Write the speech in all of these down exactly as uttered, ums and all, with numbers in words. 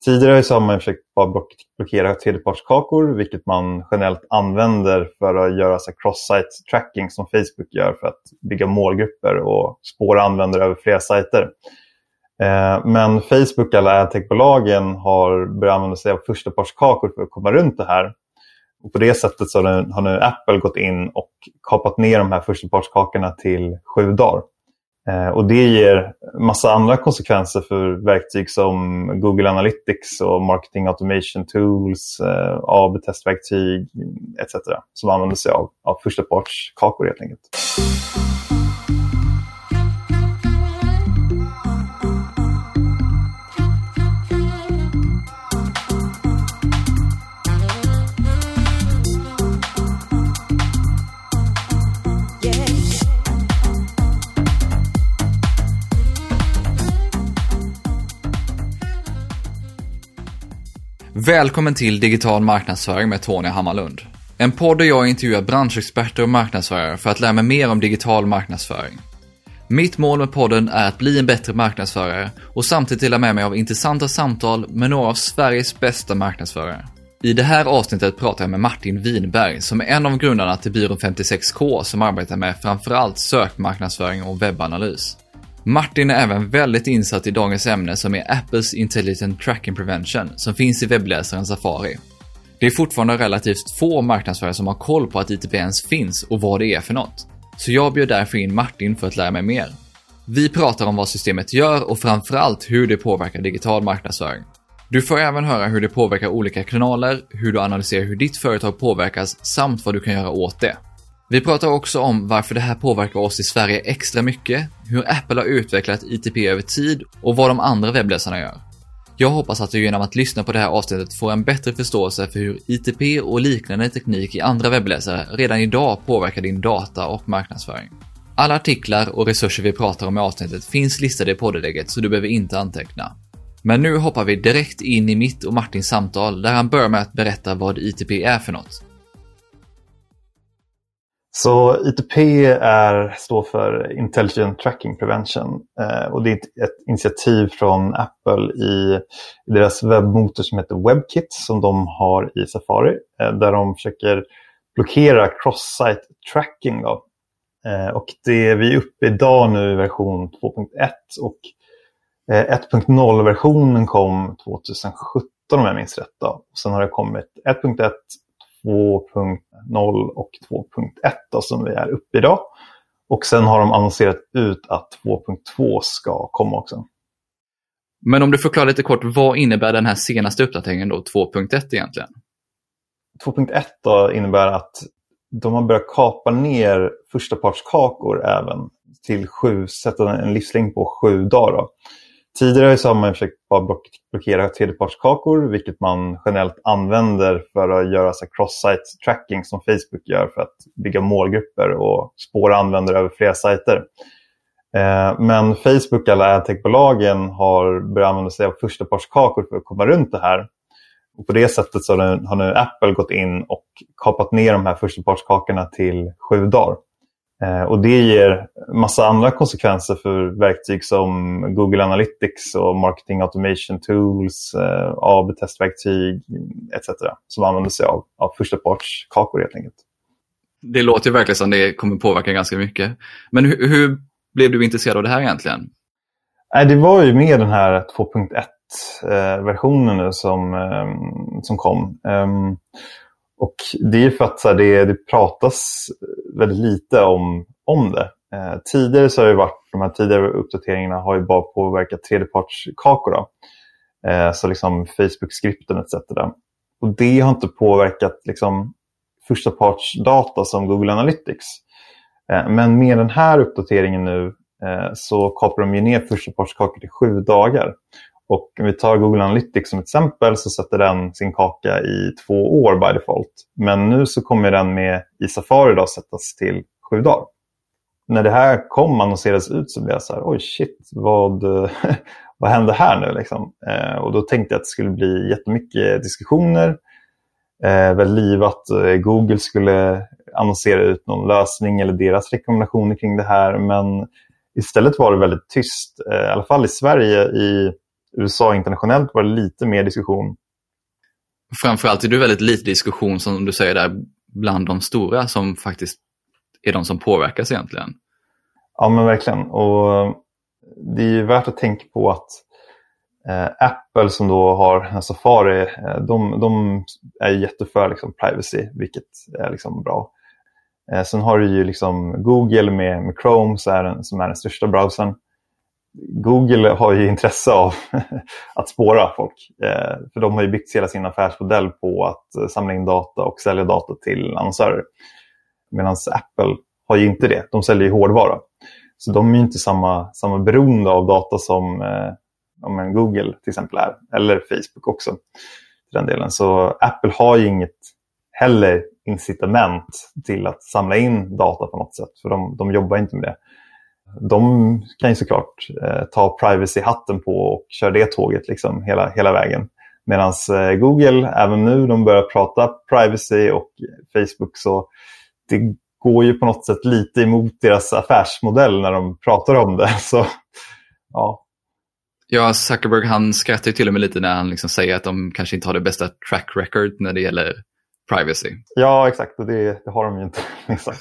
Tidigare så har man försökt bara block- blockera tredjepartskakor, vilket man generellt använder för att göra så cross-site tracking som Facebook gör för att bygga målgrupper och spåra användare över flera sajter. Eh, men Facebook och alla adtech-bolagen har börjat använda sig av förstapartskakor för att komma runt det här. Och på det sättet så har nu, har nu Apple gått in och kapat ner de här förstapartskakorna till sju dagar. Eh, och det ger massa andra konsekvenser för verktyg som Google Analytics och Marketing Automation Tools, eh, A B-testverktyg et cetera. Som använder sig av, av förstapartskakor helt enkelt. Välkommen till Digital marknadsföring med Tony Hammarlund. En podd där jag intervjuar branschexperter och marknadsförare för att lära mig mer om digital marknadsföring. Mitt mål med podden är att bli en bättre marknadsförare och samtidigt dela med mig av intressanta samtal med några av Sveriges bästa marknadsförare. I det här avsnittet pratar jag med Martin Winberg som är en av grundarna till byrån femtiosex K som arbetar med framförallt sökmarknadsföring och webbanalys. Martin är även väldigt insatt i dagens ämne som är Apples Intelligent Tracking Prevention som finns i webbläsaren Safari. Det är fortfarande relativt få marknadsförare som har koll på att I T P ens finns och vad det är för något. Så jag bjöd därför in Martin för att lära mig mer. Vi pratar om vad systemet gör och framförallt hur det påverkar digital marknadsföring. Du får även höra hur det påverkar olika kanaler, hur du analyserar hur ditt företag påverkas samt vad du kan göra åt det. Vi pratar också om varför det här påverkar oss i Sverige extra mycket, hur Apple har utvecklat I T P över tid och vad de andra webbläsarna gör. Jag hoppas att du genom att lyssna på det här avsnittet får en bättre förståelse för hur I T P och liknande teknik i andra webbläsare redan idag påverkar din data och marknadsföring. Alla artiklar och resurser vi pratar om i avsnittet finns listade i poddlägget så du behöver inte anteckna. Men nu hoppar vi direkt in i mitt och Martins samtal där han börjar med att berätta vad I T P är för något. Så I T P är, står för Intelligent Tracking Prevention eh, och det är ett, ett initiativ från Apple i, i deras webbmotor som heter WebKit som de har i Safari eh, där de försöker blockera cross-site tracking då. Eh, och det vi är uppe idag nu i version två punkt ett och eh, ett punkt noll-versionen kom tjugohundrasjutton om jag minns rätt då. Sen har det kommit ett punkt ett, två punkt noll och två punkt ett då, som vi är uppe idag. Och sen har de annonserat ut att två punkt två ska komma också. Men om du förklarar lite kort, vad innebär den här senaste uppdateringen då, två punkt ett egentligen? två punkt ett då innebär att de har börjat kapa ner förstapartskakor även till sju, sätta en livslängd på sju dagar då. Tidigare så har man försökt bara block- blockera tredjepartskakor, vilket man generellt använder för att göra så cross-site tracking som Facebook gör för att bygga målgrupper och spåra användare över flera sajter. Eh, men Facebook och alla adtech-bolagen har börjat använda sig av förstapartskakor för att komma runt det här. Och på det sättet så har nu, har nu Apple gått in och kapat ner de här förstapartskakorna till sju dagar. Eh, och det ger massa andra konsekvenser för verktyg som Google Analytics och Marketing Automation Tools, eh, A B-testverktyg et cetera. Som använder sig av, av förstapartskakor helt enkelt. Det låter ju verkligen som det kommer påverka ganska mycket. Men hur, hur blev du intresserad av det här egentligen? Nej, det var ju med den här två punkt ett-versionen nu som, eh, som kom. Um, Och det är för att så här, det, det pratas väldigt lite om, om det. Eh, tidigare så har det varit, de här tidigare uppdateringarna har ju bara påverkat tredjepartskakor då. Eh, så liksom Facebook-skripten et cetera. Och det har inte påverkat liksom förstapartsdata som Google Analytics. Eh, men med den här uppdateringen nu eh, så kapar de ju ner förstapartskakor till sju dagar. Och om vi tar Google Analytics som ett exempel så sätter den sin kaka i två år by default. Men nu så kommer den med i Safari då sättas till sju dagar. När det här kom annonseras ut så blev jag så här, oj shit, vad, vad hände här nu liksom? Eh, och då tänkte jag att det skulle bli jättemycket diskussioner. Eh, väl livat eh, Google skulle annonsera ut någon lösning eller deras rekommendationer kring det här. Men istället var det väldigt tyst, eh, i alla fall i Sverige i U S A internationellt var det lite mer diskussion. Framförallt är det väldigt lite diskussion som du säger där bland de stora som faktiskt är de som påverkas egentligen. Ja men verkligen. Och det är ju värt att tänka på att eh, Apple som då har Safari, eh, de, de är jätteför liksom privacy, vilket är liksom bra. Eh, sen har du ju liksom Google med, med Chrome så är den, som är den största browsern. Google har ju intresse av att spåra folk. Eh, för de har ju byggt hela sin affärsmodell på att samla in data och sälja data till annonsörer. Medan Apple har ju inte det. De säljer ju hårdvara. Så de är ju inte samma, samma beroende av data som eh, om en Google till exempel är. Eller Facebook också. I den delen. Så Apple har ju inget heller incitament till att samla in data på något sätt. För de, de jobbar inte med det. De kan ju såklart eh, ta privacy-hatten på och köra det tåget liksom hela, hela vägen. Medan eh, Google, även nu, de börjar prata privacy och Facebook, så det går ju på något sätt lite emot deras affärsmodell när de pratar om det. Så, ja. Ja, Zuckerberg han skrattar ju till och med lite när han liksom säger att de kanske inte har det bästa track record när det gäller privacy. Ja, exakt. Och det, det har de ju inte exakt.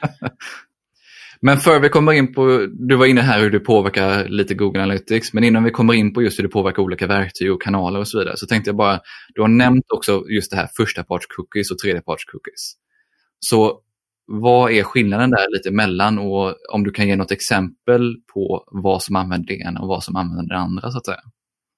Men för vi kommer in på, du var inne här hur du påverkar lite Google Analytics, men innan vi kommer in på just hur du påverkar olika verktyg och kanaler och så vidare, så tänkte jag bara, du har nämnt också just det här första parts cookies och tredje parts cookies. Så vad är skillnaden där lite emellan, och om du kan ge något exempel på vad som använder det ena och vad som använder det andra så att säga?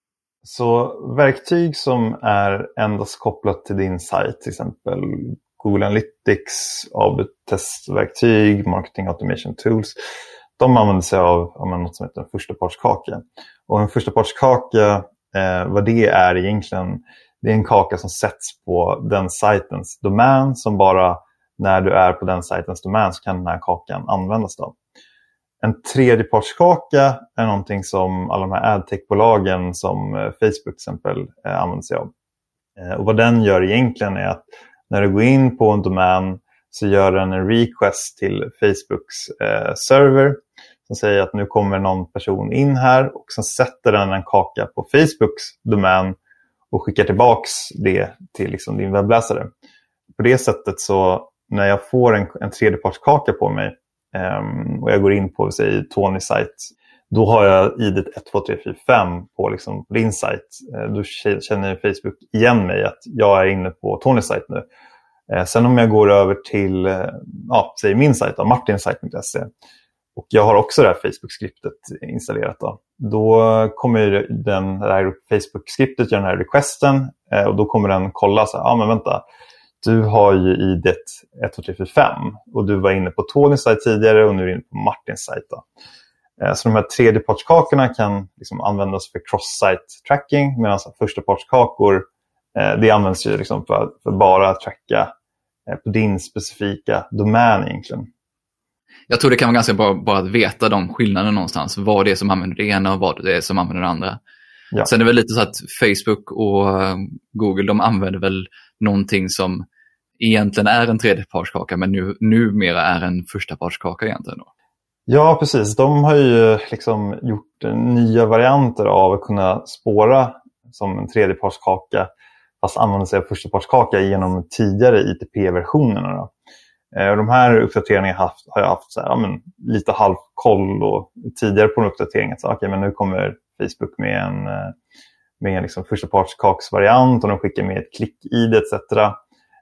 Så verktyg som är endast kopplat till din sajt, till exempel Google Analytics, A B-testverktyg, Marketing Automation Tools, de använder sig av, av något som heter en första partskaka. Och en första partskaka, eh, vad det är egentligen, det är en kaka som sätts på den sajtens domän, som bara när du är på den sajtens domän så kan den här kakan användas då. En tredjepartskaka är någonting som alla de här adtech-bolagen som Facebook till exempel eh, använder sig av. Eh, och vad den gör egentligen är att när du går in på en domän så gör den en request till Facebooks eh, server som säger att nu kommer någon person in här, och sen sätter den en kaka på Facebooks domän och skickar tillbaks det till liksom din webbläsare. På det sättet så när jag får en, en tredjepartskaka på mig eh, och jag går in på säg, Tonys sajt, då har jag I D ett två tre fyra fem på, liksom, på din sajt. Eh, då känner Facebook igen mig att jag är inne på Tonys sajt nu. Eh, sen om jag går över till eh, ja, säg min sajt, martinsajt punkt se, och jag har också det här Facebook-skriptet installerat. Då, då kommer den, det här Facebook-skriptet göra den här requesten eh, och då kommer den kolla så här, ja ah, men vänta, du har ju I D ett två tre fyra fem och du var inne på Tonys sajt tidigare och nu är du inne på Martins sajt då. Så de här tredjepartskakorna kan liksom användas för cross-site tracking, medan första partskakor det används ju liksom för, för bara att tracka på din specifika domän egentligen. Jag tror det kan vara ganska bra bara att veta de skillnaderna någonstans, vad det är som använder det ena och vad det är som använder det andra. Ja. Sen är det väl lite så att Facebook och Google, de använder väl någonting som egentligen är en tredjepartskaka men nu, numera är en första partskaka egentligen då. Ja, precis. De har ju liksom gjort nya varianter av att kunna spåra som en tredjepartskaka fast använda sig av första partskaka genom tidigare I T P-versionerna. Då. De här uppdateringarna har, haft, har jag haft så här, ja, men, lite halvkoll och tidigare på en uppdatering att okay, men nu kommer Facebook med en, med en liksom första partskaksvariant och de skickar med ett klick-I D et cetera.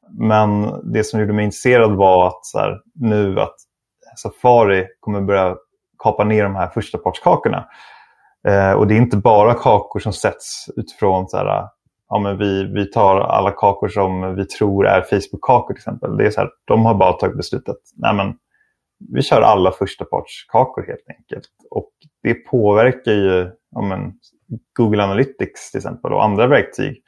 Men det som gjorde mig intresserad var att så här, nu att Safari kommer börja kapa ner de här första partskakorna. Eh, och det är inte bara kakor som sätts utifrån så här, ja men vi, vi tar alla kakor som vi tror är Facebook-kakor till exempel. Det är så här, de har bara tagit beslutet. Nej men vi kör alla första partskakor helt enkelt. Och det påverkar ju ja men, Google Analytics till exempel och andra verktyg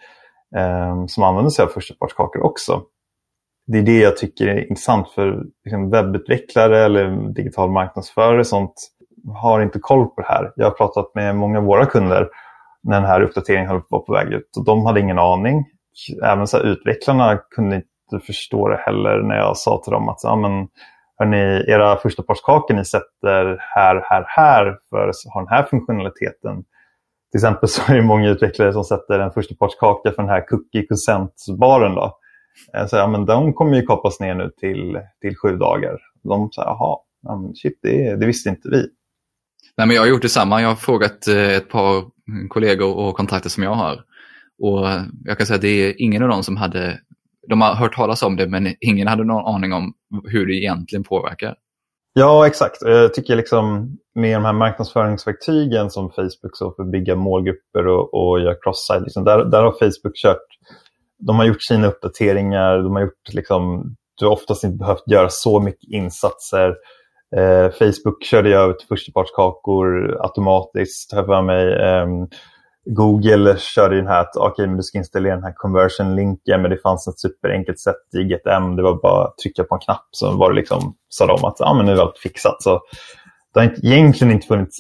eh, som använder sig av första partskakor också. Det är det jag tycker är intressant för liksom, webbutvecklare eller digital marknadsförare. Sånt har inte koll på det här. Jag har pratat med många av våra kunder när den här uppdateringen höll på, på väg ut. Och de hade ingen aning. Även så här, utvecklarna kunde inte förstå det heller när jag sa till dem att ja, men, hörni, era första partskakor ni sätter här, här, här för att ha den här funktionaliteten. till exempel så är det många utvecklare som sätter en första partskaka för den här cookie consent-baren då. Så, ja, men de kommer ju kapas ner nu till, till sju dagar. De säger, jaha, shit, det, det visste inte vi. Nej, men jag har gjort detsamma. Jag har frågat ett par kollegor och kontakter som jag har. Och jag kan säga att det är ingen av dem som hade, de har hört talas om det, men ingen hade någon aning om hur det egentligen påverkar. Ja, exakt. Jag tycker liksom med de här marknadsföringsverktygen som Facebook så för att bygga målgrupper och, och göra cross-site, liksom, där, där har Facebook kört, de har gjort sina uppdateringar, de har gjort liksom, du har oftast inte behövt göra så mycket insatser. Eh, Facebook körde ju över till förstapartskakor automatiskt, har för mig. Eh, Google körde ju den här att okay, men du ska installera den här conversion-linken, men det fanns ett superenkelt sätt i G T M. Det var bara att trycka på en knapp, så var det liksom, sa de att ah, men nu är allt fixat. Så det har inte, egentligen inte funnits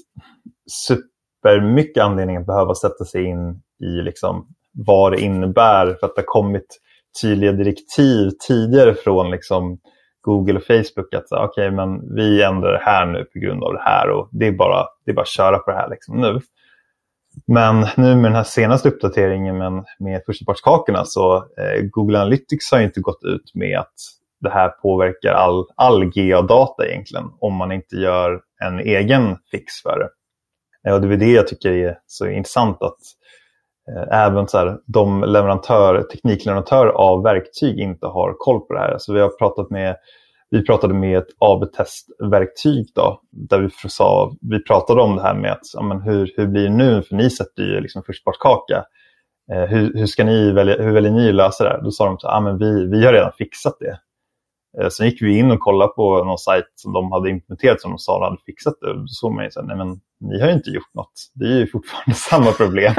supermycket anledning att behöva sätta sig in i liksom, vad det innebär, för att det har kommit tydliga direktiv tidigare från liksom, Google och Facebook att okej, okay, men vi ändrar det här nu på grund av det här, och det är bara, det är bara att köra på det här liksom, nu. Men nu med den här senaste uppdateringen med, med förstapartskakorna så eh, Google Analytics har inte gått ut med att det här påverkar all, all geodata egentligen, om man inte gör en egen fix för det. Eh, och det är det jag tycker är så intressant, att eh, även så här, de leverantör, teknikleverantörer av verktyg inte har koll på det här. Så vi har pratat med Vi pratade med ett A B-testverktyg då, där vi, sa, vi pratade om det här med att ja, men hur, hur blir det nu, för ni sätter ju liksom förstapartskaka. Eh, hur, hur, ska ni välja, hur väljer ni lösa det här? Då sa de att ah, men vi, vi har redan fixat det. Eh, sen gick vi in och kollade på någon sajt som de hade implementerat som de sa hade fixat det. Då såg man ju så här, nej men ni har ju inte gjort något. Det är ju fortfarande samma problem.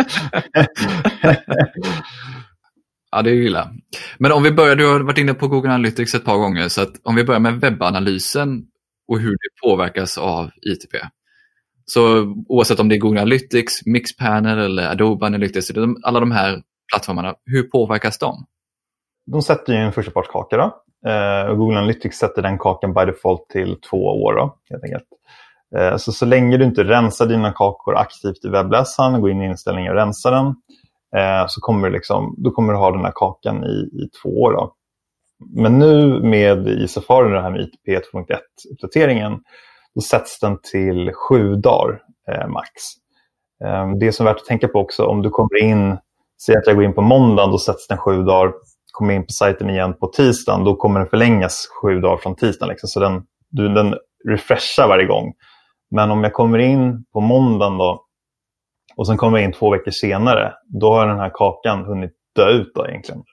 Ja, det är ju illa. Men om vi börjar, du har varit inne på Google Analytics ett par gånger, så att om vi börjar med webbanalysen och hur det påverkas av I T P. Så oavsett om det är Google Analytics, Mixpanel eller Adobe Analytics, alla de här plattformarna, hur påverkas de? De sätter ju en förstapartskaka då. Eh, Google Analytics sätter den kakan by default till två år då, helt enkelt. Eh, så, så länge du inte rensar dina kakor aktivt i webbläsaren, går in i inställningar och rensar den, eh, så kommer du liksom, då kommer du ha den här kakan i, i två år då. Men nu med i Safari, det här med I T P två punkt ett-uppdateringen, då sätts den till sju dagar eh, max. Eh, det som är värt att tänka på också, om du kommer in, säg att jag går in på måndagen, då sätts den sju dagar. Kommer in på sajten igen på tisdagen, då kommer den förlängas sju dagar från tisdagen. Liksom. Så den, den refreshar varje gång. Men om jag kommer in på måndagen då, och sen kommer jag in två veckor senare, då har den här kakan hunnit dö ut då egentligen.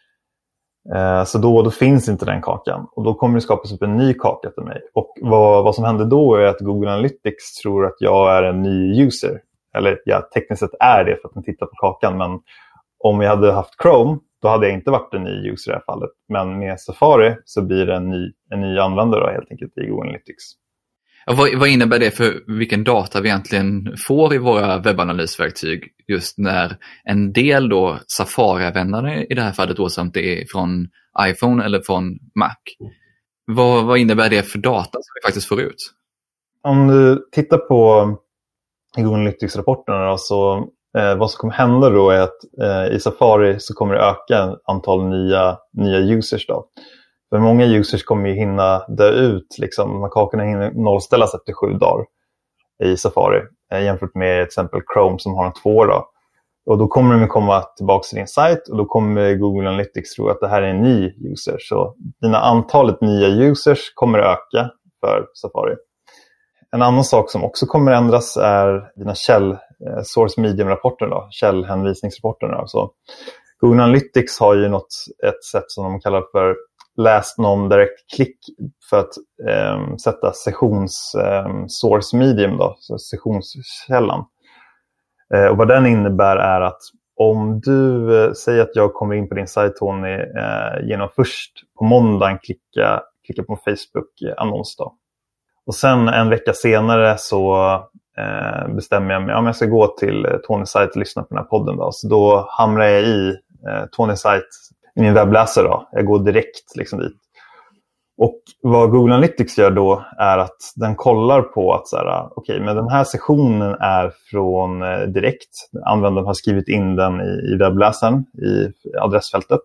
Eh, så då, då finns inte den kakan. Och då kommer det skapas upp en ny kaka till mig. Och vad, vad som händer då är att Google Analytics tror att jag är en ny user. Eller ja, tekniskt sett är det för att den tittar på kakan. Men om jag hade haft Chrome, då hade jag inte varit en ny user i det här fallet. Men med Safari så blir det en ny, en ny användare då, helt enkelt i Google Analytics. Ja, vad, vad innebär det för vilken data vi egentligen får i våra webbanalysverktyg just när en del då Safari-användare i det här fallet då, som det är från iPhone eller från Mac. Vad, vad innebär det för data som vi faktiskt får ut? Om du tittar på Google Analytics-rapporterna så Eh, vad som kommer hända då är att eh, i Safari så kommer det öka antal nya, nya users då. För många users kommer ju hinna dö ut, liksom, de här kakorna hinner nollställas efter sju dagar i Safari. Eh, jämfört med till exempel Chrome som har en två då. Och då kommer de komma tillbaka till din sajt och då kommer Google Analytics tro att det här är en ny user. Så dina antalet nya users kommer öka för Safari. En annan sak som också kommer ändras är dina käll, eh, source medium-rapporter då, källhänvisningsrapporterna. Så Google Analytics har ju något, ett sätt som de kallar för last non-direct click för att eh, sätta sessions eh, source medium då, så sessionskällan. Eh, och vad den innebär är att om du eh, säger att jag kommer in på din sajt, Tony, eh, genom först på måndagen klicka, klicka på en Facebook-annons då. Och sen en vecka senare så eh, bestämmer jag mig om jag ska gå till Tonys sajt och lyssna på den här podden. Då. Så då hamrar jag i eh, Tonys sajt i min webbläsare. Då. Jag går direkt liksom dit. Och vad Google Analytics gör då är att den kollar på att så här, okej, men den här sessionen är från eh, direkt. Användaren har skrivit in den i, i webbläsaren i adressfältet.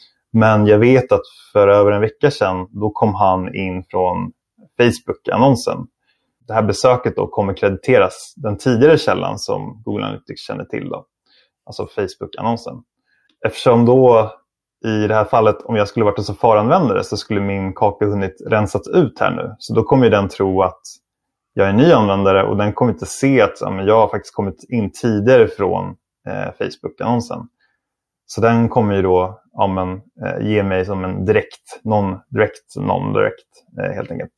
Men jag vet att för över en vecka sedan då kom han in från Facebook-annonsen. Det här besöket då kommer krediteras den tidigare källan som Google Analytics känner till då. Alltså Facebook-annonsen. Eftersom då i det här fallet, om jag skulle varit en Safari-användare så skulle min kaka hunnit rensats ut här nu. Så då kommer den tro att jag är en ny användare och den kommer inte se att ja, men jag har faktiskt kommit in tidigare från eh, Facebook-annonsen. Så den kommer ju då ja, men, eh, ge mig som en direkt, non-direkt, non-direkt eh, helt enkelt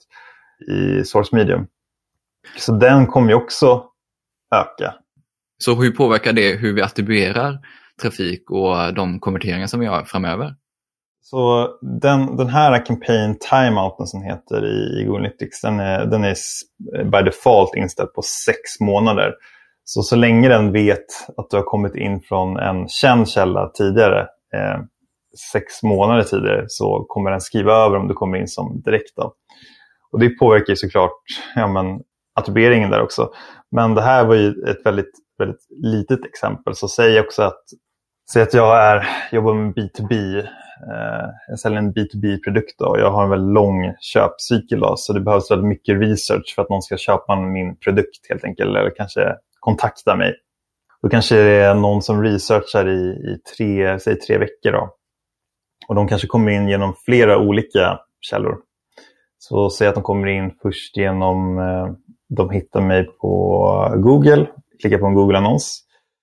i source medium. Så den kommer ju också öka. Så hur påverkar det hur vi attribuerar trafik och de konverteringar som vi har framöver? Så den, den här campaign timeouten som heter i, i Google Analytics, den är, den är by default inställd på sex månader. Så så länge den vet att du har kommit in från en känd källa tidigare, eh, sex månader tidigare, så kommer den skriva över om du kommer in som direkt då. Och det påverkar ju såklart ja, men, attribueringen där också. Men det här var ju ett väldigt, väldigt litet exempel. Så säg också att, säg att jag är, jobbar med B to B. Eh, jag säljer en B to B-produkt och jag har en väldigt lång köpcykel då, så det behövs väldigt mycket research för att någon ska köpa min produkt helt enkelt, eller kanske kontakta mig. Då kanske det är någon som researchar i, i tre, säg tre veckor då. Och de kanske kommer in genom flera olika källor. Så säg att de kommer in först genom, eh, de hittar mig på Google, klickar på en Google-annons.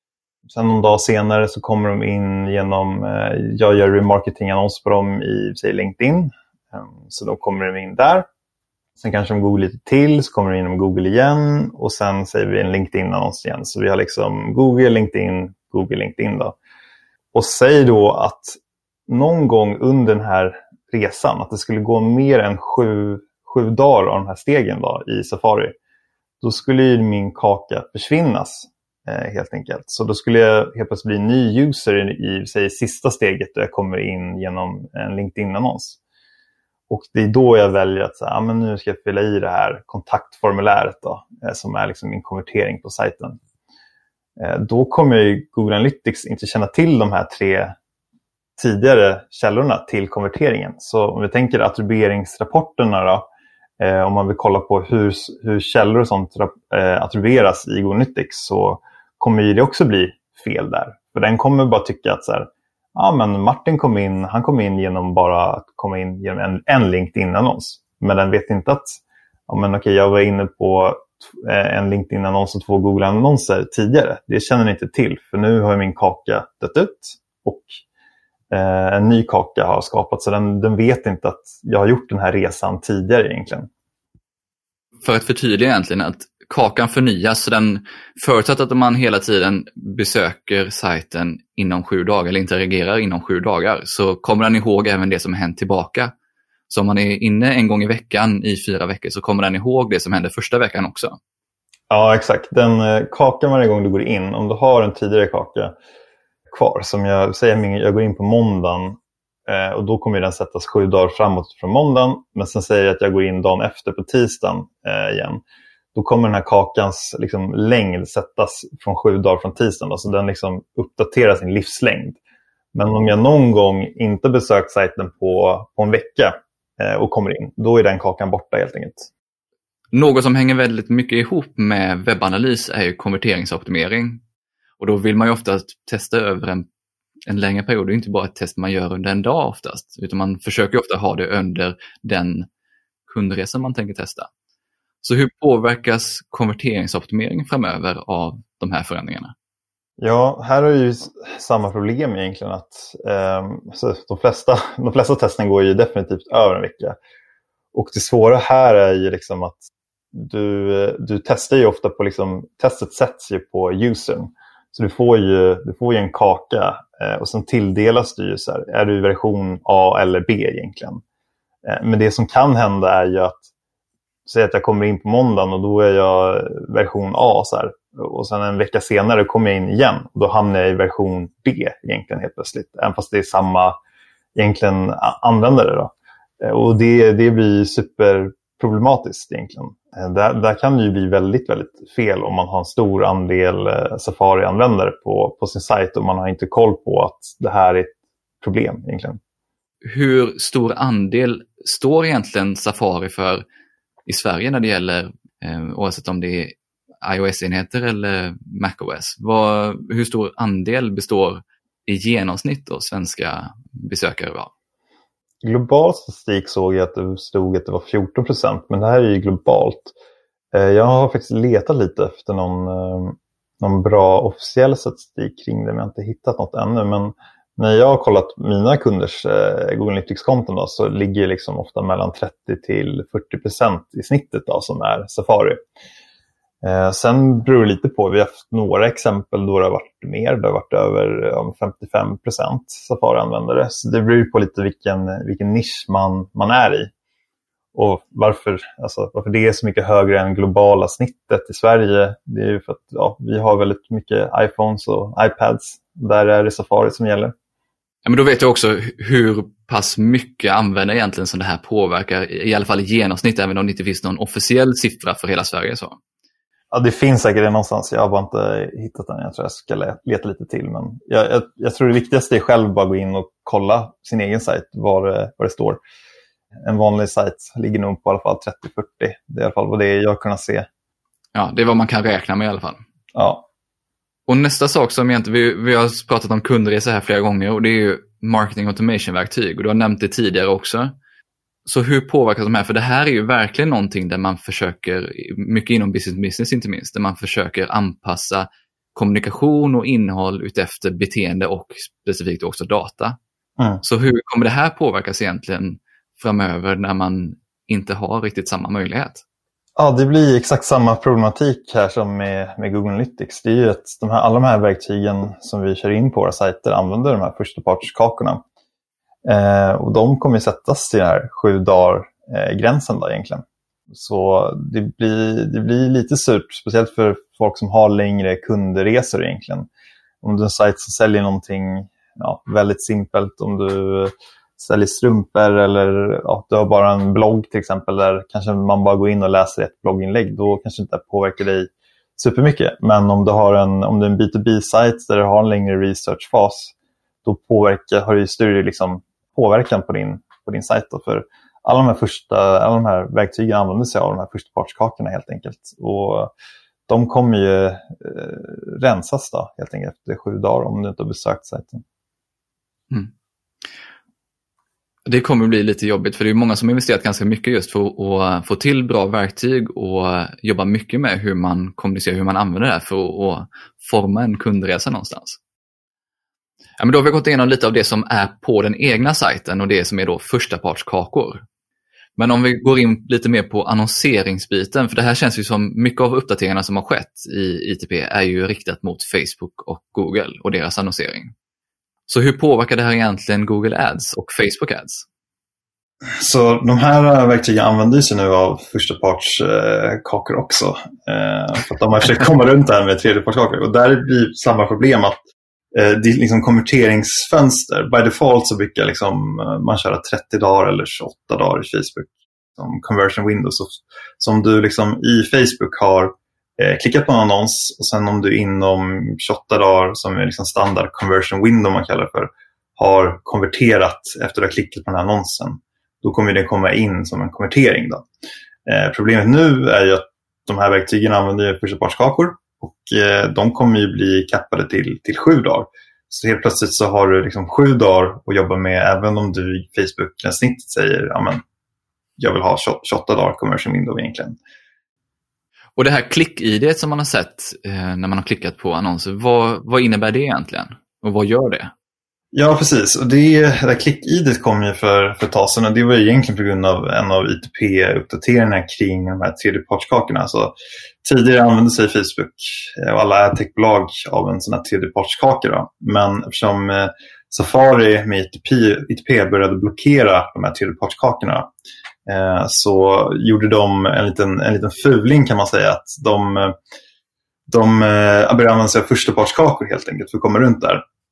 Sen någon dag senare så kommer de in genom, eh, jag gör remarketing-annons på dem i säg LinkedIn. Um, så då kommer de in där. Sen kanske de googlar lite till, så kommer de in genom Google igen. Och sen säger vi en LinkedIn-annons igen. Så vi har liksom Google, LinkedIn, Google, LinkedIn då. Och säg då att någon gång under den här resan, att det skulle gå mer än sju, sju dagar av de här stegen då, i Safari. Då skulle ju min kaka försvinnas. Eh, helt enkelt. Så då skulle jag helt plötsligt bli en ny user i, i säg, sista steget då jag kommer in genom en LinkedIn-annons. Och det är då jag väljer att så här, ah, men nu ska jag fylla i det här kontaktformuläret då, eh, som är liksom min konvertering på sajten. Eh, då kommer ju Google Analytics inte känna till de här tre tidigare källorna till konverteringen. Så om vi tänker attribueringsrapporterna då, eh, om man vill kolla på hur, hur källor och sånt eh, attribueras i Google Analytics, så kommer ju det också bli fel där. För den kommer bara tycka att så här, ja, men Martin kom in, han kom in genom bara att komma in genom en, en LinkedIn-annons. Men den vet inte att ja, men okej, jag var inne på en LinkedIn-annons och två Google-annonser tidigare. Det känner den inte till, för nu har min kaka dött ut och eh, en ny kaka har skapats. Så den, den vet inte att jag har gjort den här resan tidigare egentligen. För att förtydliga egentligen att kakan förnyas, så den förutsatt att man hela tiden besöker sajten inom sju dagar eller interagerar inom sju dagar, så kommer den ihåg även det som hänt tillbaka. Så om man är inne en gång i veckan i fyra veckor så kommer den ihåg det som hände första veckan också. Ja, exakt. Den eh, kakan varje gång du går in, om du har en tidigare kaka kvar, som jag säger, jag går in på måndagen eh, och då kommer den sättas sju dagar framåt från måndagen, men sen säger jag att jag går in dagen efter på tisdagen eh, igen. Då kommer den här kakans liksom, längd sättas från sju dagar från tisdagen. Då, så den liksom uppdaterar sin livslängd. Men om jag någon gång inte besökt sajten på, på en vecka eh, och kommer in, då är den kakan borta helt enkelt. Något som hänger väldigt mycket ihop med webbanalys är ju konverteringsoptimering. Och då vill man ju ofta testa över en, en längre period. Det är inte bara ett test man gör under en dag oftast. Utan man försöker ofta ha det under den kundresan man tänker testa. Så hur påverkas konverteringsoptimering framöver av de här förändringarna? Ja, här är ju samma problem egentligen. Att, eh, så de, flesta, de flesta testen går ju definitivt över en vecka. Och det svåra här är ju liksom att du, du testar ju ofta på, liksom, testet sätts ju på usern. Så du får ju, du får ju en kaka eh, och sen tilldelas du ju så här, är du i version A eller B egentligen. Eh, men det som kan hända är ju att säg att jag kommer in på måndagen och då är jag version A så här. Och sen en vecka senare kommer jag in igen och då hamnar jag i version B egentligen helt plötsligt. Även fast det är samma egentligen användare då. Och det, det blir superproblematiskt egentligen. Där, där kan det ju bli väldigt, väldigt fel om man har en stor andel Safari-användare på, på sin sajt och man har inte koll på att det här är ett problem egentligen. Hur stor andel står egentligen Safari för i Sverige när det gäller, eh, oavsett om det är iOS-enheter eller macOS? Vad, hur stor andel består i genomsnitt då svenska besökare av? Global statistik såg jag att det stod att det var fjorton procent, men det här är ju globalt. Jag har faktiskt letat lite efter någon, någon bra officiell statistik kring det, men jag har inte hittat något ännu. Men när jag har kollat mina kunders Google Analytics-konton då, så ligger liksom ofta mellan trettio till fyrtio procent i snittet då, som är Safari. Eh, sen beror det lite på, vi har haft några exempel då det har varit mer, det har varit över ja, femtiofem procent Safari-användare. Så det beror på lite vilken, vilken nisch man, man är i. Och varför, alltså, varför det är så mycket högre än globala snittet i Sverige, det är ju för att ja, vi har väldigt mycket iPhones och iPads. Där är det Safari som gäller. Ja, men då vet jag också hur pass mycket användare egentligen som det här påverkar, i alla fall i genomsnitt, även om det inte finns någon officiell siffra för hela Sverige. Så. Ja, det finns säkert det någonstans. Jag har bara inte hittat den. Jag tror jag ska leta lite till. Men jag, jag, jag tror det viktigaste är själv bara gå in och kolla sin egen sajt, var det, var det står. En vanlig sajt ligger nog på i alla fall trettio till fyrtio. Det är i alla fall vad det är jag kunnat se. Ja, det är vad man kan räkna med i alla fall. Ja. Och nästa sak som egentligen, vi, vi har pratat om kundresa här flera gånger, och det är ju marketing automation-verktyg. Och du har nämnt det tidigare också. Så hur påverkas de här? För det här är ju verkligen någonting där man försöker, mycket inom business business inte minst, där man försöker anpassa kommunikation och innehåll utefter beteende och specifikt också data. Mm. Så hur kommer det här påverkas egentligen framöver när man inte har riktigt samma möjlighet? Ja, det blir exakt samma problematik här som med, med Google Analytics. Det är ju att de här, alla de här verktygen som vi kör in på våra sajter använder de här förstapartskakorna. Eh, och de kommer sättas i den här sju dagar eh, gränsen då egentligen. Så det blir, det blir lite surt, speciellt för folk som har längre kundresor egentligen. Om du är en sajt som säljer någonting ja, väldigt simpelt, om du säljer strumpor eller ja, du har bara en blogg till exempel där kanske man bara går in och läser ett blogginlägg, då kanske inte det påverkar dig supermycket. Men om du har en, om du är en B to B-sajt där du har en längre researchfas, då påverkar, har du större liksom, påverkan på din, på din sajt. Då. För alla de här, första, alla de här verktygen använder sig av de här förstapartskakorna helt enkelt. Och de kommer ju eh, rensas då, helt enkelt efter sju dagar om du inte har besökt sajten. Mm. Det kommer bli lite jobbigt, för det är många som har investerat ganska mycket just för att få till bra verktyg och jobba mycket med hur man kommunicerar, hur man använder det här för att forma en kundresa någonstans. Ja, men då har vi gått igenom lite av det som är på den egna sajten och det som är då förstapartskakor. Men om vi går in lite mer på annonseringsbiten, för det här känns ju som mycket av uppdateringarna som har skett i I T P är ju riktat mot Facebook och Google och deras annonsering. Så hur påverkar det här egentligen Google Ads och Facebook Ads? Så de här verktygen använder sig nu av förstapartskakor också. Eh, för att de har försökt komma runt det här med tredjepartskakor. Och där blir samma problem att eh, det är liksom konverteringsfönster. By default så brukar liksom, man köra trettio dagar eller tjugoåtta dagar i Facebook som conversion windows. Så, som du liksom i Facebook har eh, klickat på en annons och sen om du inom tjugoåtta dagar, som är liksom standard conversion window man kallar det för, har konverterat efter att ha klickat på den här annonsen, då kommer den komma in som en konvertering då. Eh, problemet nu är ju att de här verktygen använder förstapartskakor och eh, de kommer ju bli kappade till, till sju dagar. Så helt plötsligt så har du liksom sju dagar att jobba med, även om du i Facebook-snittet säger ja, men, jag vill ha tjugoåtta dagar conversion window egentligen. Och det här klick-I D som man har sett eh, när man har klickat på annonser, vad, vad innebär det egentligen? Och vad gör det? Ja, precis. Och det, det här klick-I D kom ju för, för ett tag sedan, och det var egentligen på grund av en av I T P-uppdateringarna kring de här tredjepartskakorna. Så tidigare använde sig Facebook och alla adtech-bolag av en sån här tredjepartskaka. Men eftersom eh, Safari med I T P, I T P började blockera de här tredjepartskakorna, eh, så gjorde de en liten, en liten fuling kan man säga, att de, de eh, började använda sig av förstapartskakor helt enkelt för att komma runt där.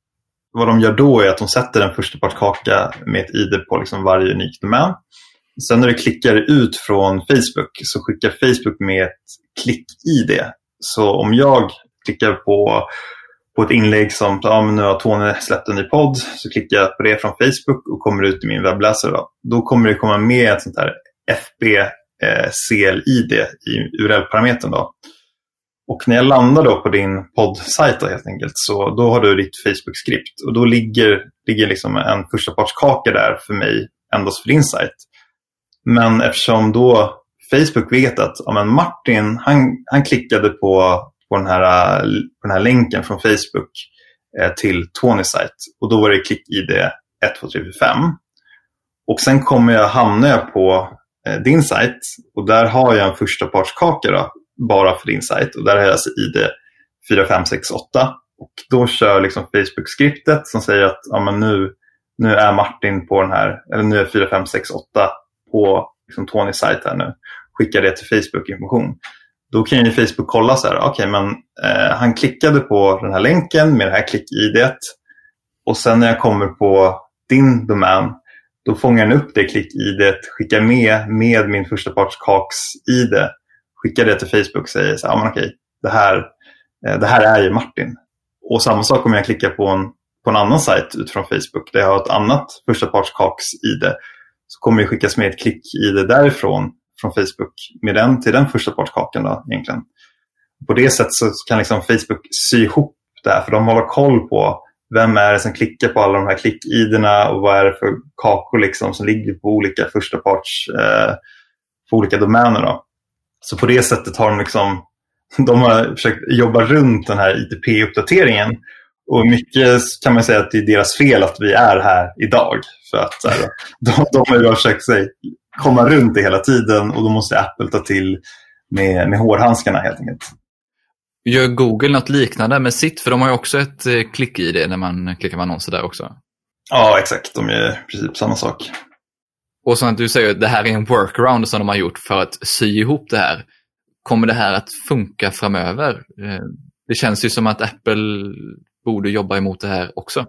vad de gör då är att de sätter en första partskaka med ett I D på liksom varje unik domän. Sen när du klickar ut från Facebook så skickar Facebook med ett klick-I D. Så om jag klickar på, på ett inlägg som ja, men nu har Tony släppt en ny podd, så klickar jag på det från Facebook och kommer ut i min webbläsare. Då, då kommer det komma med ett sånt här F B C L I D i U R L-parametern då. Och när jag landar då på din poddsajt då, helt enkelt, så då har du ditt Facebook-skript. Och då ligger, ligger liksom en första partskaka där för mig endast för din sajt. Men eftersom då Facebook vet att ja, men Martin, han, han klickade på, på, den här, på den här länken från Facebook eh, till Tonys sajt. Och då var det klick-I D ett två tre fyra fem. Och sen kommer jag hamna jag på eh, din sajt. Och där har jag en första partskaka då, bara för din sajt. Och där har jag alltså I D fyra fem sex åtta. Och då kör liksom Facebook-skriptet som säger att ja, men nu, nu är Martin på den här, eller nu är fyra fem sex åtta på liksom Tonys sajt här nu. Skickar det till Facebook-information. Då kan ju Facebook kolla så här, okej okay, men eh, han klickade på den här länken med det här klick-I D. Och sen när jag kommer på din domän, då fångar den upp det klick-I D, skickar med med min första partskaks-I D. Skickar det till Facebook och säger så här, ja men okej, det här, det här är ju Martin. Och samma sak om jag klickar på en, på en annan sajt utifrån Facebook där jag har ett annat första partskaks-I D, så kommer det skickas med ett klick-I D därifrån från Facebook med den till den första partskakan då egentligen. På det sättet så kan liksom Facebook sy ihop det här, för de håller koll på vem är det som klickar på alla de här klick-I D-erna och vad är det för kakor liksom som ligger på olika första parts eh, på olika domäner då. Så på det sättet har de liksom, de har försökt jobba runt den här I T P-uppdateringen. Och mycket kan man säga att det är deras fel att vi är här idag. För att så här, de, de har ju försökt sig komma runt det hela tiden, och då måste Apple ta till med, med hårhandskarna helt enkelt. Gör Google något liknande med sitt? För de har ju också ett klick-I D när man klickar på annonser där också. Ja, exakt. De gör i princip samma sak. Och som att du säger, det här är en workaround som de har gjort för att sy ihop det här. Kommer det här att funka framöver? Det känns ju som att Apple borde jobba emot det här också.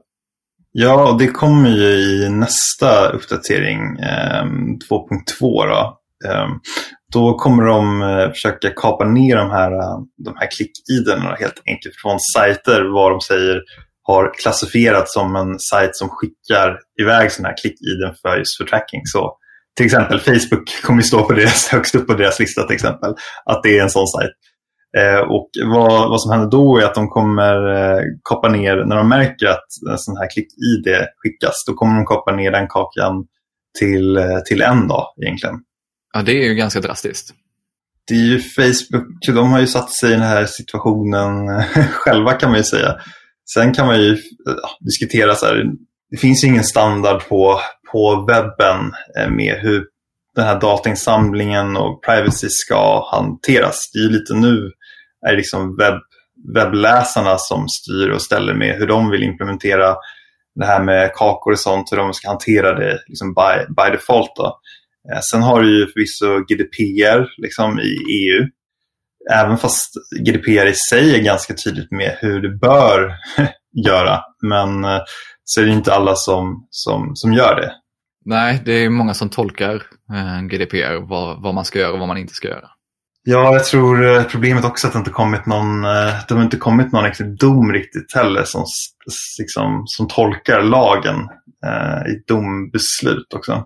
Ja, det kommer ju i nästa uppdatering, eh, två punkt två då. Eh, då kommer de eh, försöka kapa ner de här, de här klick-I-derna helt enkelt från sajter vad de säger har klassifierat som en sajt som skickar iväg sådana här klick-I-den för just för tracking. Så till exempel Facebook kommer stå på deras, högst upp på deras lista till exempel, att det är en sån sajt. Eh, och vad, vad som händer då är att de kommer eh, kapa ner, när de märker att en sån här klick-I D skickas, då kommer de kapa ner den kakan till, eh, till en dag egentligen. Ja, det är ju ganska drastiskt. Det är ju Facebook, de har ju satt sig i den här situationen själva kan man ju säga. Sen kan man ju ja, diskutera så här, det finns ju ingen standard på, på webben eh, med hur den här datainsamlingen och privacy ska hanteras. Det är ju lite nu är liksom webb, webbläsarna som styr och ställer med hur de vill implementera det här med kakor och sånt, hur de ska hantera det liksom by, by default då. Eh, sen har du ju förvisso G D P R liksom i E U. Även fast G D P R i sig är ganska tydligt med hur det bör göra. Men eh, så är det inte alla som, som, som gör det. Nej, det är många som tolkar eh, G D P R, vad, vad man ska göra och vad man inte ska göra. Ja, jag tror eh, problemet också att det inte kommit någon, eh, det har inte kommit någon riktigt dom riktigt heller som, liksom, som tolkar lagen eh, i dombeslut också.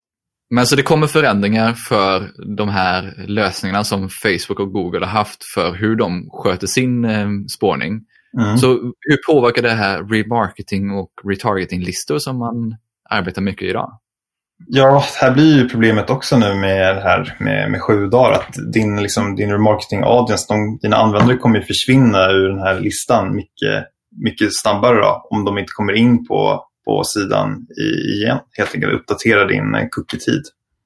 Men så det kommer förändringar för de här lösningarna som Facebook och Google har haft för hur de sköter sin eh, spårning. Mm. Så hur påverkar det här remarketing och retargeting-listor som man arbetar mycket idag? Ja, här blir ju problemet också nu med det här med, med sju dagar. Att din, liksom, din remarketing audience, de, dina användare kommer ju försvinna ur den här listan mycket, mycket snabbare då, om de inte kommer in på, på sidan igen. Helt enkelt uppdatera din cookie-tid.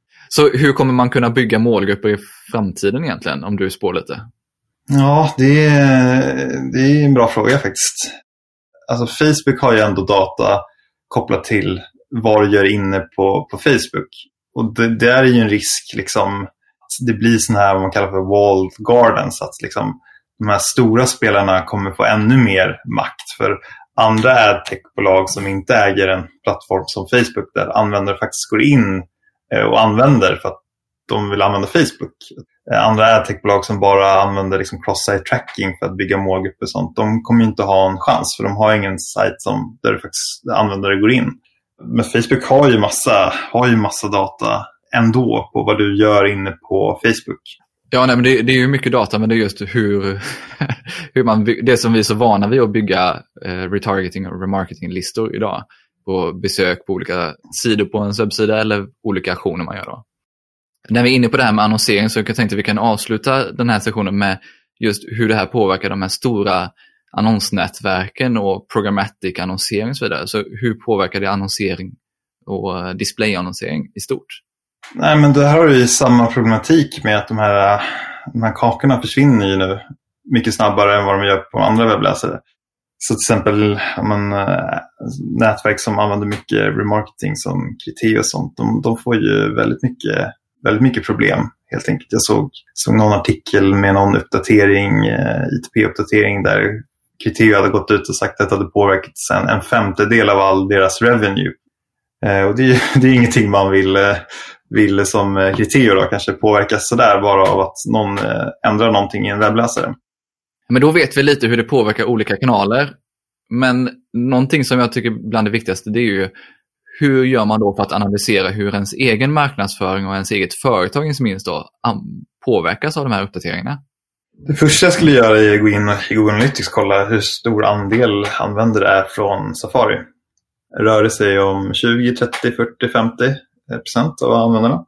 Så hur kommer man kunna bygga målgrupper i framtiden egentligen, om du spår lite? Ja, det är, det är en bra fråga faktiskt. Alltså Facebook har ju ändå data kopplat till vad du gör inne på, på Facebook. Och det, det är ju en risk liksom, att det blir sån här vad man kallar för walled gardens. Att liksom, de här stora spelarna kommer få ännu mer makt. För andra ad-tech-bolag som inte äger en plattform som Facebook, där användare faktiskt går in och använder för att de vill använda Facebook. Andra ad-tech-bolag som bara använder liksom cross-site tracking för att bygga målgrupper och sånt, de kommer inte ha en chans, för de har ingen sajt som, där faktiskt användare går in. Men Facebook har ju massa, har ju massa data ändå på vad du gör inne på Facebook. Ja, nej, men det, det är ju mycket data, men det är just hur, hur man, det som vi är så vana vid att bygga eh, retargeting och remarketing-listor idag på besök på olika sidor på en webbsida eller olika aktioner man gör då. När vi är inne på det här med annonsering så jag tänkte att vi kan avsluta den här sessionen med just hur det här påverkar de här stora annonsnätverken och programmatic annonsering och så vidare. Så hur påverkar det annonsering och displayannonsering i stort? Nej, men det här har ju samma problematik med att de här, de här kakorna försvinner ju nu mycket snabbare än vad de gör på andra webbläsare. Så till exempel man, nätverk som använder mycket remarketing som Criteo och sånt, de, de får ju väldigt mycket, väldigt mycket problem helt enkelt. Jag såg, såg någon artikel med någon uppdatering, I T P-uppdatering där Criteo hade gått ut och sagt att det hade påverkat en, en femtedel av all deras revenue. Eh, och det är, det är ingenting man vill, vill som Criteo då kanske påverkas sådär bara av att någon eh, ändrar någonting i en webbläsare. Men då vet vi lite hur det påverkar olika kanaler. Men någonting som jag tycker bland det viktigaste, det är ju hur gör man då för att analysera hur ens egen marknadsföring och ens eget företag inte minst då påverkas av de här uppdateringarna? Det första jag skulle göra är att gå in i Google Analytics och kolla hur stor andel användare är från Safari. Rör det sig om tjugo, trettio, fyrtio, femtio procent av användarna.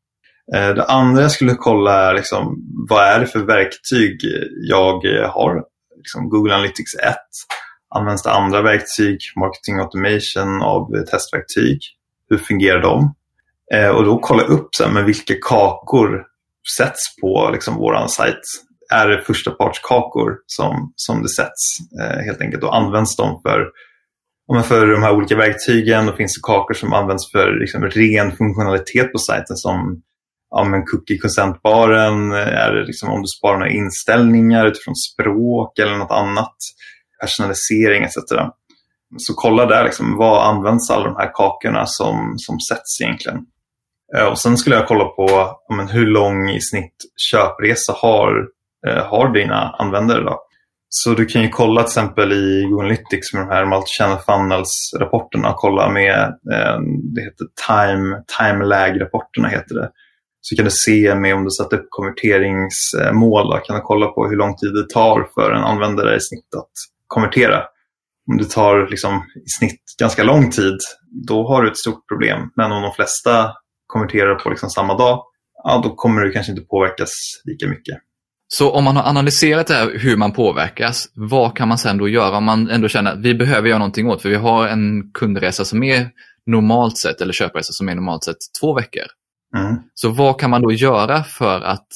Det andra jag skulle kolla är liksom, vad är det för verktyg jag har? Liksom Google Analytics ett. Används det andra verktyg, marketing automation av testverktyg? Hur fungerar de? Och då kolla upp så här, med vilka kakor sätts på liksom, våran sajt. Är det första partskakor som, som det sätts helt enkelt? Och används de för, för de här olika verktygen? Då finns det kakor som används för liksom, ren funktionalitet på sajten som ja, men cookie consent-baren, är det liksom om du sparar några inställningar utifrån språk eller något annat, personalisering et cetera. Så kolla där, liksom, vad används alla de här kakorna som, som sätts egentligen. Och sen skulle jag kolla på ja, men hur lång i snitt köpresa har, eh, har dina användare då. Så du kan ju kolla till exempel i Google Analytics med de här multi-channel funnels-rapporterna, kolla med, eh, det heter time, time lag-rapporterna heter det. Så kan du se med om du satt upp konverteringsmål, då, kan du kolla på hur lång tid det tar för en användare i snitt att konvertera. Om det tar liksom, i snitt ganska lång tid, då har du ett stort problem. Men om de flesta konverterar på liksom samma dag, ja, då kommer det kanske inte påverkas lika mycket. Så om man har analyserat det här, hur man påverkas, vad kan man sen då göra om man ändå känner att vi behöver göra någonting åt? För vi har en kundresa som är normalt sett, eller köpresa som är normalt sett två veckor. Mm. Så vad kan man då göra för att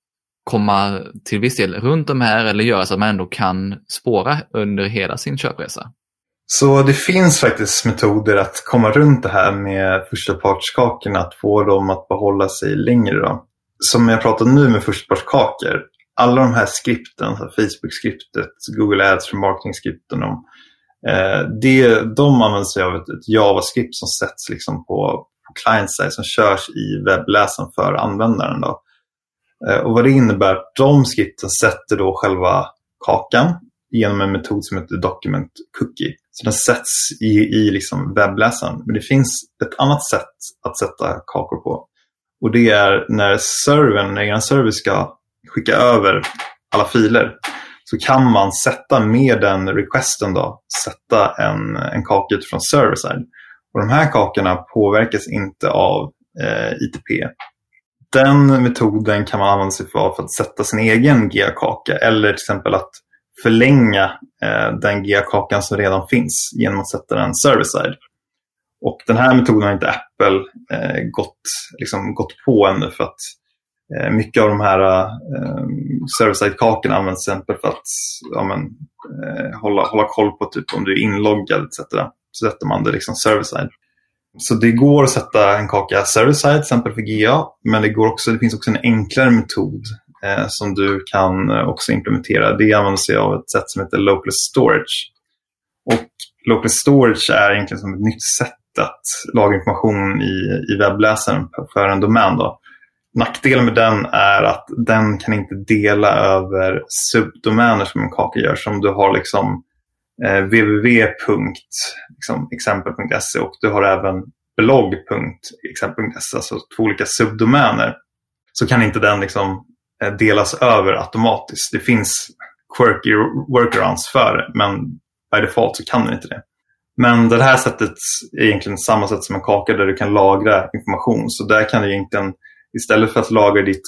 komma till viss del runt de här eller göra så att man ändå kan spåra under hela sin köpresa? Så det finns faktiskt metoder att komma runt det här med förstapartskakorna, att få dem att behålla sig längre då. Som jag pratar nu med förstapartskakor, alla de här skripten, Facebook-skriptet, Google Ads, remarketing-skripten, de, eh, det, de använder sig av ett, ett JavaScript som sätts liksom på client-side som körs i webbläsaren för användaren då. Och vad det innebär, de skripten sätter då själva kakan genom en metod som heter document cookie. Så den sätts i, i liksom webbläsaren. Men det finns ett annat sätt att sätta kakor på. Och det är när servern, när en server ska skicka över alla filer, så kan man sätta med den requesten då, sätta en, en kaka utifrån server-side. Och de här kakorna påverkas inte av eh, I T P. Den metoden kan man använda sig för, för att sätta sin egen G A-kaka. Eller till exempel att förlänga eh, den G A-kakan som redan finns genom att sätta den server-side. Och den här metoden har inte Apple eh, gått, liksom, gått på ännu, för att eh, mycket av de här eh, server-side-kakorna används till exempel för att ja, men, eh, hålla, hålla koll på typ om du är inloggad et cetera. Så sätter man det liksom server-side. Så det går att sätta en kaka server-side till exempel för G A, men det, går också, det finns också en enklare metod eh, som du kan också implementera. Det använder sig av ett sätt som heter localhost storage. Och local storage är egentligen som ett nytt sätt att lagra information i, i webbläsaren för en domän då. Nackdelen med den är att den kan inte dela över subdomäner som en kaka gör. Som du har liksom eh, www punkt exempel punkt se och du har även blogg punkt exempel punkt se, alltså två olika subdomäner. Så kan inte den liksom eh, delas över automatiskt. Det finns quirky workarounds för det, men by default så kan den inte det. Men det här sättet är egentligen samma sätt som en kaka där du kan lagra information. Så där kan du egentligen, istället för att lagra ditt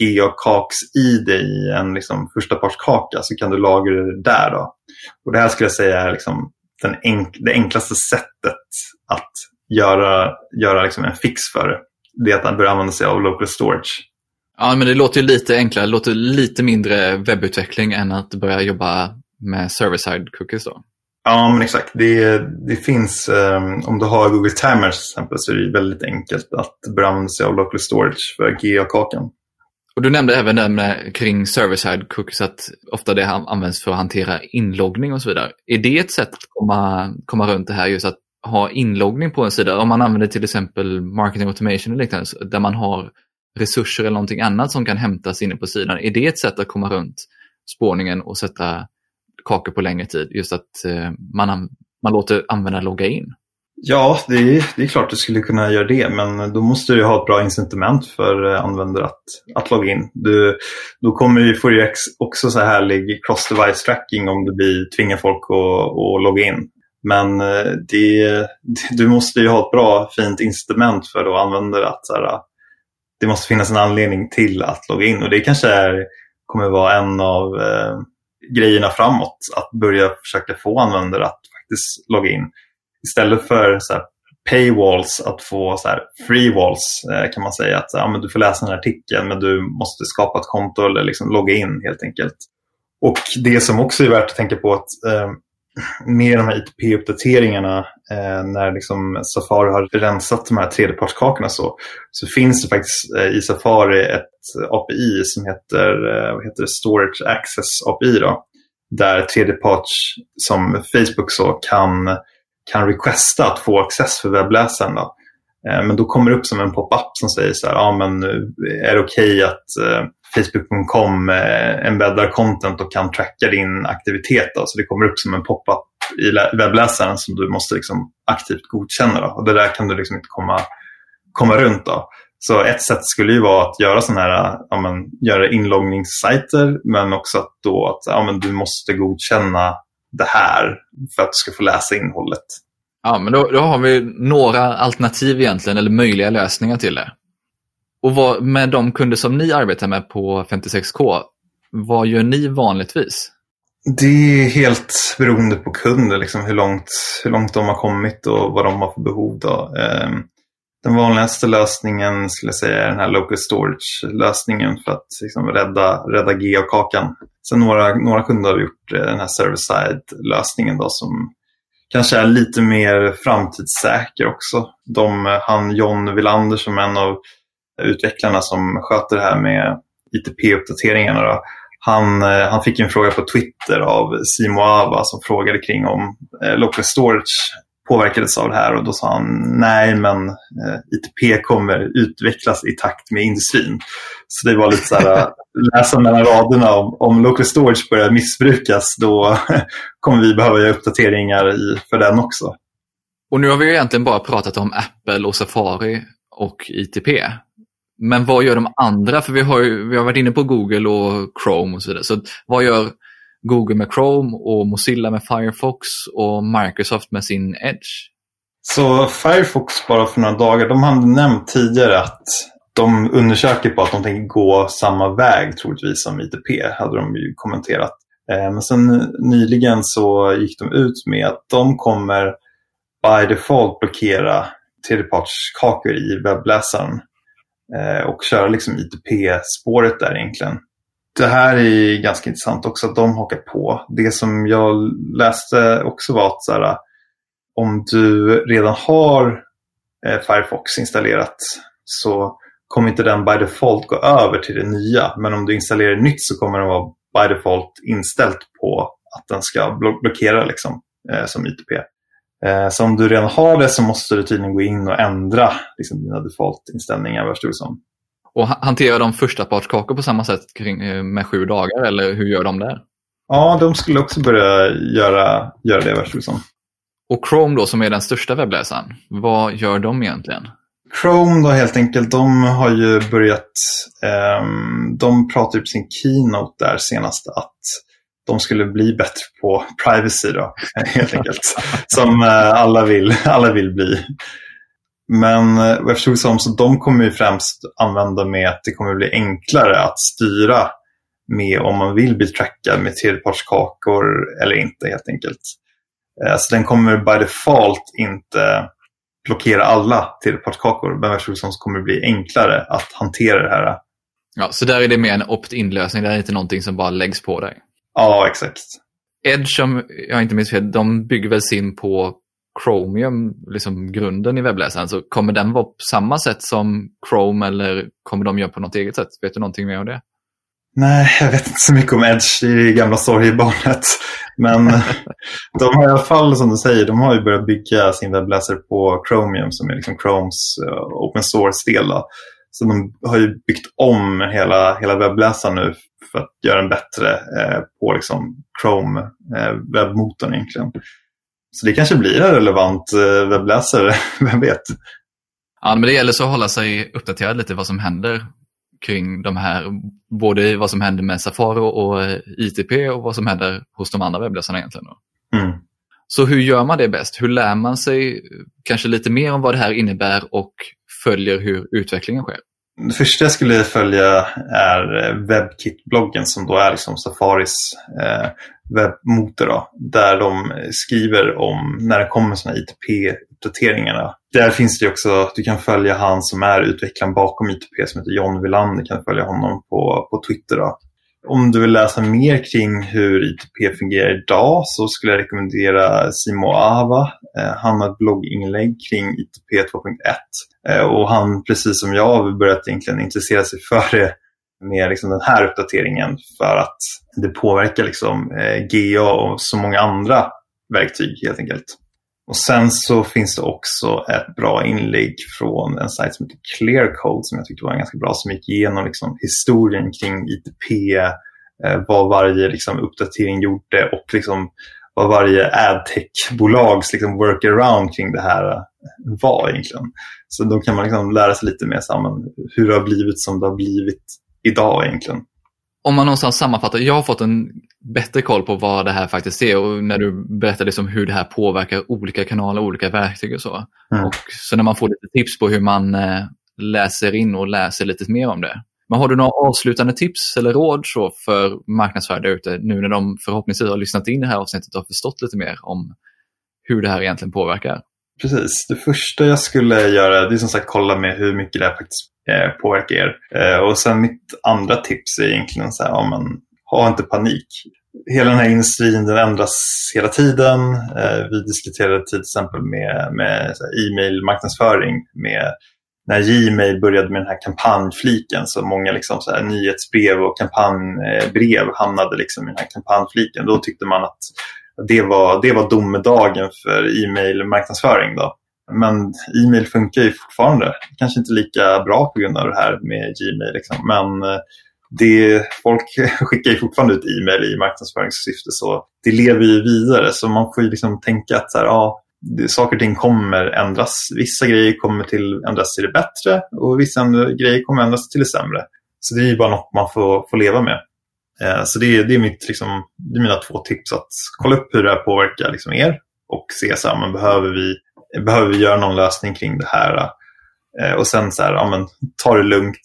geokaks-I D i en liksom första parts kaka, så kan du lagra det där då. Och det här skulle jag säga är liksom den enk- det enklaste sättet att göra, göra liksom en fix för det. Det är att börja använda sig av local storage. Ja, men det låter ju lite enklare. Det låter lite mindre webbutveckling än att börja jobba med server-side cookies då. Ja, men exakt. Det, det finns, um, om du har Google Timers till exempel, så är det väldigt enkelt att börja använda sig av local storage för geokakan. Och du nämnde även det med, kring server-side cookies att ofta det används för att hantera inloggning och så vidare. Är det ett sätt att komma, komma runt det här, just att ha inloggning på en sida? Om man använder till exempel marketing automation eller liknande, där man har resurser eller någonting annat som kan hämtas inne på sidan. Är det ett sätt att komma runt spårningen och sätta kakor på längre tid? Just att eh, man, man låter användare logga in. Ja, det är, det är klart du skulle kunna göra det, men då måste du ha ett bra incitament för användare att, att logga in. Du, då kommer du, får du också så härlig cross-device tracking om du blir, tvingar folk att, att logga in. Men det, du måste ju ha ett bra, fint incitament för att användare att så här, det måste finnas en anledning till att logga in. Och det kanske är, kommer vara en av eh, grejerna framåt, att börja försöka få användare att faktiskt logga in. Istället för så här, paywalls, att få så här, free walls eh, kan man säga. Att ja, men du får läsa den här artikeln, men du måste skapa ett konto eller liksom logga in helt enkelt. Och det som också är värt att tänka på, att eh, med de här I T P-uppdateringarna, eh, när liksom Safari har rensat de här tredjepartskakorna, så, så finns det faktiskt eh, i Safari ett A P I som heter, eh, vad heter det? Storage Access A P I då, där tredjeparts som Facebook så kan, kan requesta att få access för webbläsaren då. Eh, men då kommer det upp som en pop-up som säger så här, ja men är det okej okay att eh, Facebook punkt com eh, embeddar content och kan tracka din aktivitet då? Så det kommer upp som en pop-up i webbläsaren som du måste liksom aktivt godkänna då. Och det där kan du liksom inte komma, komma runt då. Så ett sätt skulle ju vara att göra sådana här, ja, men, göra inloggningssajter, men också att då att ja, men, du måste godkänna det här för att du ska få läsa innehållet. Ja, men då, då har vi några alternativ egentligen, eller möjliga lösningar till det. Och vad, med de kunder som ni arbetar med på femtiosex K, vad gör ni vanligtvis? Det är helt beroende på kunder, liksom, hur, långt, hur långt de har kommit och vad de har för behov då. Den vanligaste lösningen skulle jag säga är den här local storage-lösningen för att liksom rädda, rädda geokakan. Sen några, några kunder har gjort den här server-side-lösningen då, som kanske är lite mer framtidssäker också. De, han John Wilander som är en av utvecklarna som sköter det här med I T P-uppdateringarna då, han, han fick en fråga på Twitter av Simo Ava som frågade kring om eh, local storage påverkades av det här, och då sa han nej, men eh, I T P kommer utvecklas i takt med industrin. Så det var lite så här, läsa mellan raderna, om, om local storage börjar missbrukas, då kommer vi behöva göra uppdateringar i, för den också. Och nu har vi egentligen bara pratat om Apple och Safari och I T P. Men vad gör de andra? För vi har, ju, vi har varit inne på Google och Chrome och så vidare. Så vad gör Google med Chrome och Mozilla med Firefox och Microsoft med sin Edge? Så Firefox, bara för några dagar, de hade nämnt tidigare att de undersöker på att de tänker gå samma väg troligtvis som I T P, hade de ju kommenterat. Men sen nyligen så gick de ut med att de kommer by default blockera tredjepartskakor i webbläsaren och köra liksom I T P-spåret där egentligen. Det här är ganska intressant också att de hakar på. Det som jag läste också var att så här, om du redan har eh, Firefox installerat så kommer inte den by default gå över till det nya. Men om du installerar nytt så kommer den vara by default inställt på att den ska blo- blockera liksom. eh, som I T P. Eh, så om du redan har det så måste du tydligen gå in och ändra liksom, dina default-inställningar, vad stod det som. Och hanterar de första partskakor på samma sätt kring, med sju dagar, eller hur gör de där? Ja, de skulle också börja göra, göra det, vad stod det som. Och Chrome då, som är den största webbläsaren, vad gör de egentligen? Chrome då helt enkelt, de har ju börjat, eh, de pratade ju på sin keynote där senast att de skulle bli bättre på privacy då, helt enkelt. Som eh, alla, vill, alla vill bli. Men eh, vad jag förstod som, så de kommer ju främst använda med att det kommer bli enklare att styra med om man vill bli trackad med tredjepartskakor eller inte, helt enkelt. Eh, så den kommer by default inte blockera alla tredjepartskakor, men vad jag förstod som, så kommer det bli enklare att hantera det här. Ja, så där är det mer en opt-in-lösning, det är inte någonting som bara läggs på dig. Ja, exakt. Edge, som jag inte minns fel, de bygger väl sin på Chromium, liksom grunden i webbläsaren. Så kommer den vara på samma sätt som Chrome, eller kommer de göra på något eget sätt? Vet du någonting mer om det? Nej, jag vet inte så mycket om Edge i gamla sorgebarnet. Men de har i alla fall, som du säger, de har ju börjat bygga sin webbläsare på Chromium, som är liksom Chromes uh, open source-del. Så de har ju byggt om hela, hela webbläsaren nu för att göra den bättre eh, på liksom Chrome eh, webbmotorn egentligen. Så det kanske blir en relevant eh, webbläsare, vem vet. Ja, men det gäller så att hålla sig uppdaterad lite vad som händer kring de här, både vad som händer med Safari och I T P och vad som händer hos de andra webbläsarna egentligen då. Mm. Så hur gör man det bäst? Hur lär man sig kanske lite mer om vad det här innebär och följer hur utvecklingen sker? Det första jag skulle följa är WebKit-bloggen, som då är liksom Safaris eh, webbmotor då, där de skriver om när det kommer sådana I T P-uppdateringarna. Där finns det också, du kan följa han som är utvecklaren bakom I T P som heter John Wilander, kan följa honom på, på Twitter då. Om du vill läsa mer kring hur I T P fungerar idag så skulle jag rekommendera Simo Ahava. Eh, han har ett blogginlägg kring I T P två punkt ett. Eh, och han, precis som jag, har börjat egentligen intressera sig för det med liksom den här uppdateringen, för att det påverkar liksom, eh, G A och så många andra verktyg helt enkelt. Och sen så finns det också ett bra inlägg från en sajt som heter Clearcode, som jag tyckte var ganska bra, som gick igenom liksom historien kring I T P, eh, vad varje liksom uppdatering gjorde och liksom vad varje adtech-bolags liksom workaround kring det här var egentligen. Så då kan man liksom lära sig lite mer samman hur det har blivit som det har blivit idag egentligen. Om man någonstans sammanfattar, jag har fått en bättre koll på vad det här faktiskt är, och när du berättar liksom hur det här påverkar olika kanaler, olika verktyg och så. Mm. Och så när man får lite tips på hur man eh, läser in och läser lite mer om det. Men har du några avslutande tips eller råd så för marknadsförare där ute, nu när de förhoppningsvis har lyssnat in det här avsnittet och har förstått lite mer om hur det här egentligen påverkar? Precis. Det första jag skulle göra, det är som sagt kolla med hur mycket det här faktiskt eh, påverkar er. Eh, och sen mitt andra tips är egentligen så här, ja, men, ha inte panik. Hela den här industrin, den ändras hela tiden. Eh, vi diskuterade till exempel med, med så här, e-mail marknadsföring, med när Gmail började med den här kampanjfliken, så många liksom så här nyhetsbrev och kampanjbrev hamnade liksom i den här kampanjfliken. Då tyckte man att det var, det var domedagen för e-mail marknadsföring då. Men e-mail funkar ju fortfarande. Kanske inte lika bra på grund av det här med Gmail liksom. Men det, folk skickar ju fortfarande ut e-mail i marknadsföringssyfte, så det lever ju vidare. Så man får ju liksom tänka att så här, ja, det, saker och ting kommer ändras. Vissa grejer kommer till ändras till det bättre och vissa andra grejer kommer ändras till det sämre. Så det är ju bara något man får, får leva med. Eh, så det är, det, är mitt, liksom, det är mina två tips, att kolla upp hur det här påverkar liksom er och se så här, men behöver vi, behöver vi göra någon lösning kring det här? Eh, och sen så här, ja, men, ta det lugnt.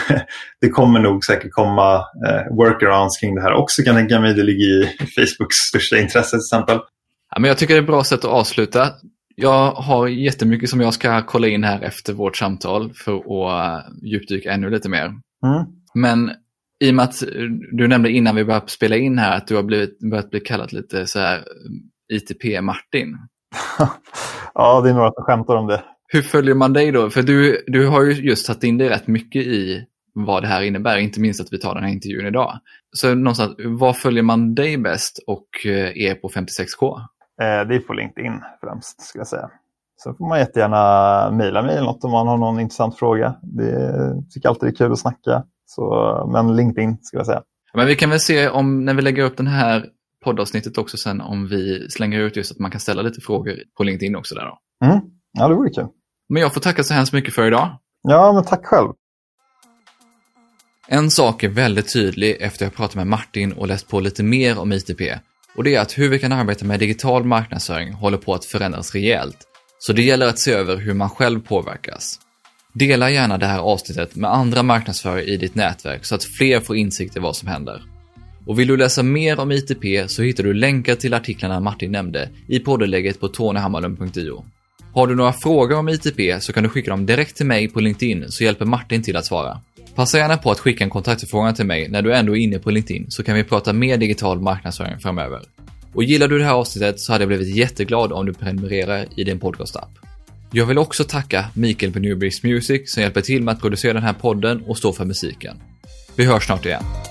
Det kommer nog säkert komma eh, workarounds kring det här också, kan jag tänka mig. Det ligger i Facebooks största intresse till exempel. Ja, men jag tycker det är ett bra sätt att avsluta. Jag har jättemycket som jag ska kolla in här efter vårt samtal för att djupdyka ännu lite mer. Mm. Men i och med att du nämnde innan vi började spela in här att du har blivit, börjat bli kallad lite så här I T P-Martin. Ja, det är några som skämtar om det. Hur följer man dig då? För du, du har ju just tagit in dig rätt mycket i vad det här innebär, inte minst att vi tar den här intervjun idag. Så någonstans, vad följer man dig bäst och er på femtiosex K? Eh, det är på LinkedIn främst, skulle jag säga. Så får man jättegärna mejla mig eller något om man har någon intressant fråga. Det tycker jag alltid är kul att snacka. Så, men LinkedIn, skulle jag säga. Men vi kan väl se om när vi lägger upp den här poddavsnittet också sen om vi slänger ut just att man kan ställa lite frågor på LinkedIn också där då. Mm. Ja, det vore kul. Men jag får tacka så hemskt mycket för idag. Ja, men tack själv. En sak är väldigt tydlig efter att jag pratat med Martin och läst på lite mer om I T P. Och det är att hur vi kan arbeta med digital marknadsföring håller på att förändras rejält. Så det gäller att se över hur man själv påverkas. Dela gärna det här avsnittet med andra marknadsförare i ditt nätverk så att fler får insikt i vad som händer. Och vill du läsa mer om I T P så hittar du länkar till artiklarna Martin nämnde i poddlägget på tonyhammarlund punkt io. Har du några frågor om I T P så kan du skicka dem direkt till mig på LinkedIn så hjälper Martin till att svara. Passa gärna på att skicka en kontaktförfrågan till mig när du ändå är inne på LinkedIn så kan vi prata mer digital marknadsföring framöver. Och gillar du det här avsnittet så hade jag blivit jätteglad om du prenumererar i din podcast-app. Jag vill också tacka Mikael på Newbricks Music som hjälper till med att producera den här podden och stå för musiken. Vi hörs snart igen.